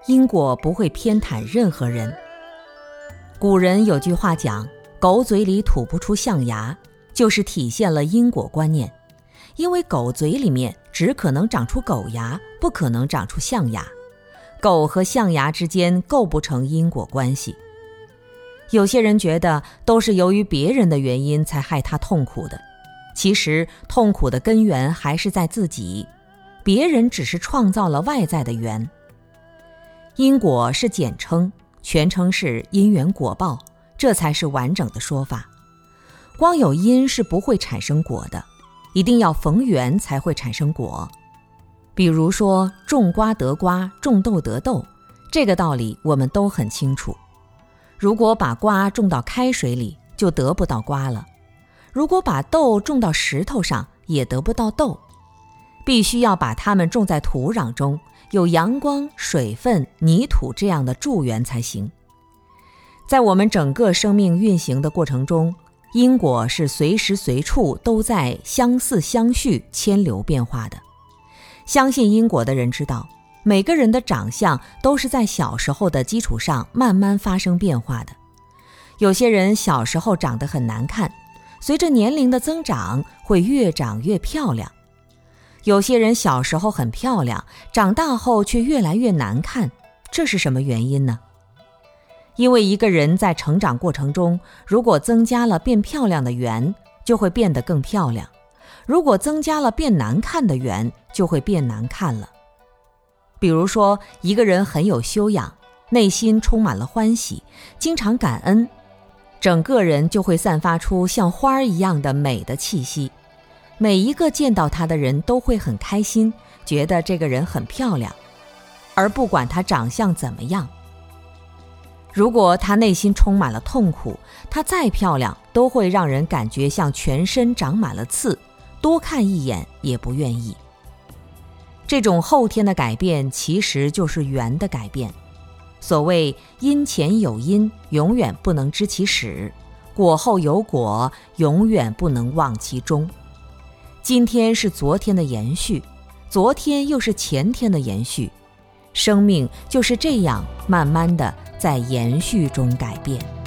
因果不会偏袒任何人。古人有句话讲，狗嘴里吐不出象牙，就是体现了因果观念。因为狗嘴里面只可能长出狗牙，不可能长出象牙。狗和象牙之间构不成因果关系。有些人觉得都是由于别人的原因才害他痛苦的，其实痛苦的根源还是在自己，别人只是创造了外在的缘。因果是简称，全称是因缘果报，这才是完整的说法。光有因是不会产生果的，一定要逢缘才会产生果。比如说种瓜得瓜，种豆得豆，这个道理我们都很清楚。如果把瓜种到开水里，就得不到瓜了；如果把豆种到石头上，也得不到豆。必须要把它们种在土壤中，有阳光、水分、泥土这样的助缘才行。在我们整个生命运行的过程中，因果是随时随处都在相似相续、牵流变化的。相信因果的人知道，每个人的长相都是在小时候的基础上慢慢发生变化的。有些人小时候长得很难看，随着年龄的增长会越长越漂亮。有些人小时候很漂亮，长大后却越来越难看，这是什么原因呢？因为一个人在成长过程中，如果增加了变漂亮的缘，就会变得更漂亮；如果增加了变难看的缘，就会变难看了。比如说，一个人很有修养，内心充满了欢喜，经常感恩，整个人就会散发出像花一样的美的气息。每一个见到他的人都会很开心，觉得这个人很漂亮，而不管他长相怎么样。如果他内心充满了痛苦，他再漂亮都会让人感觉像全身长满了刺，多看一眼也不愿意。这种后天的改变其实就是缘的改变。所谓因前有因，永远不能知其始；果后有果，永远不能忘其终。今天是昨天的延续，昨天又是前天的延续，生命就是这样慢慢的在延续中改变。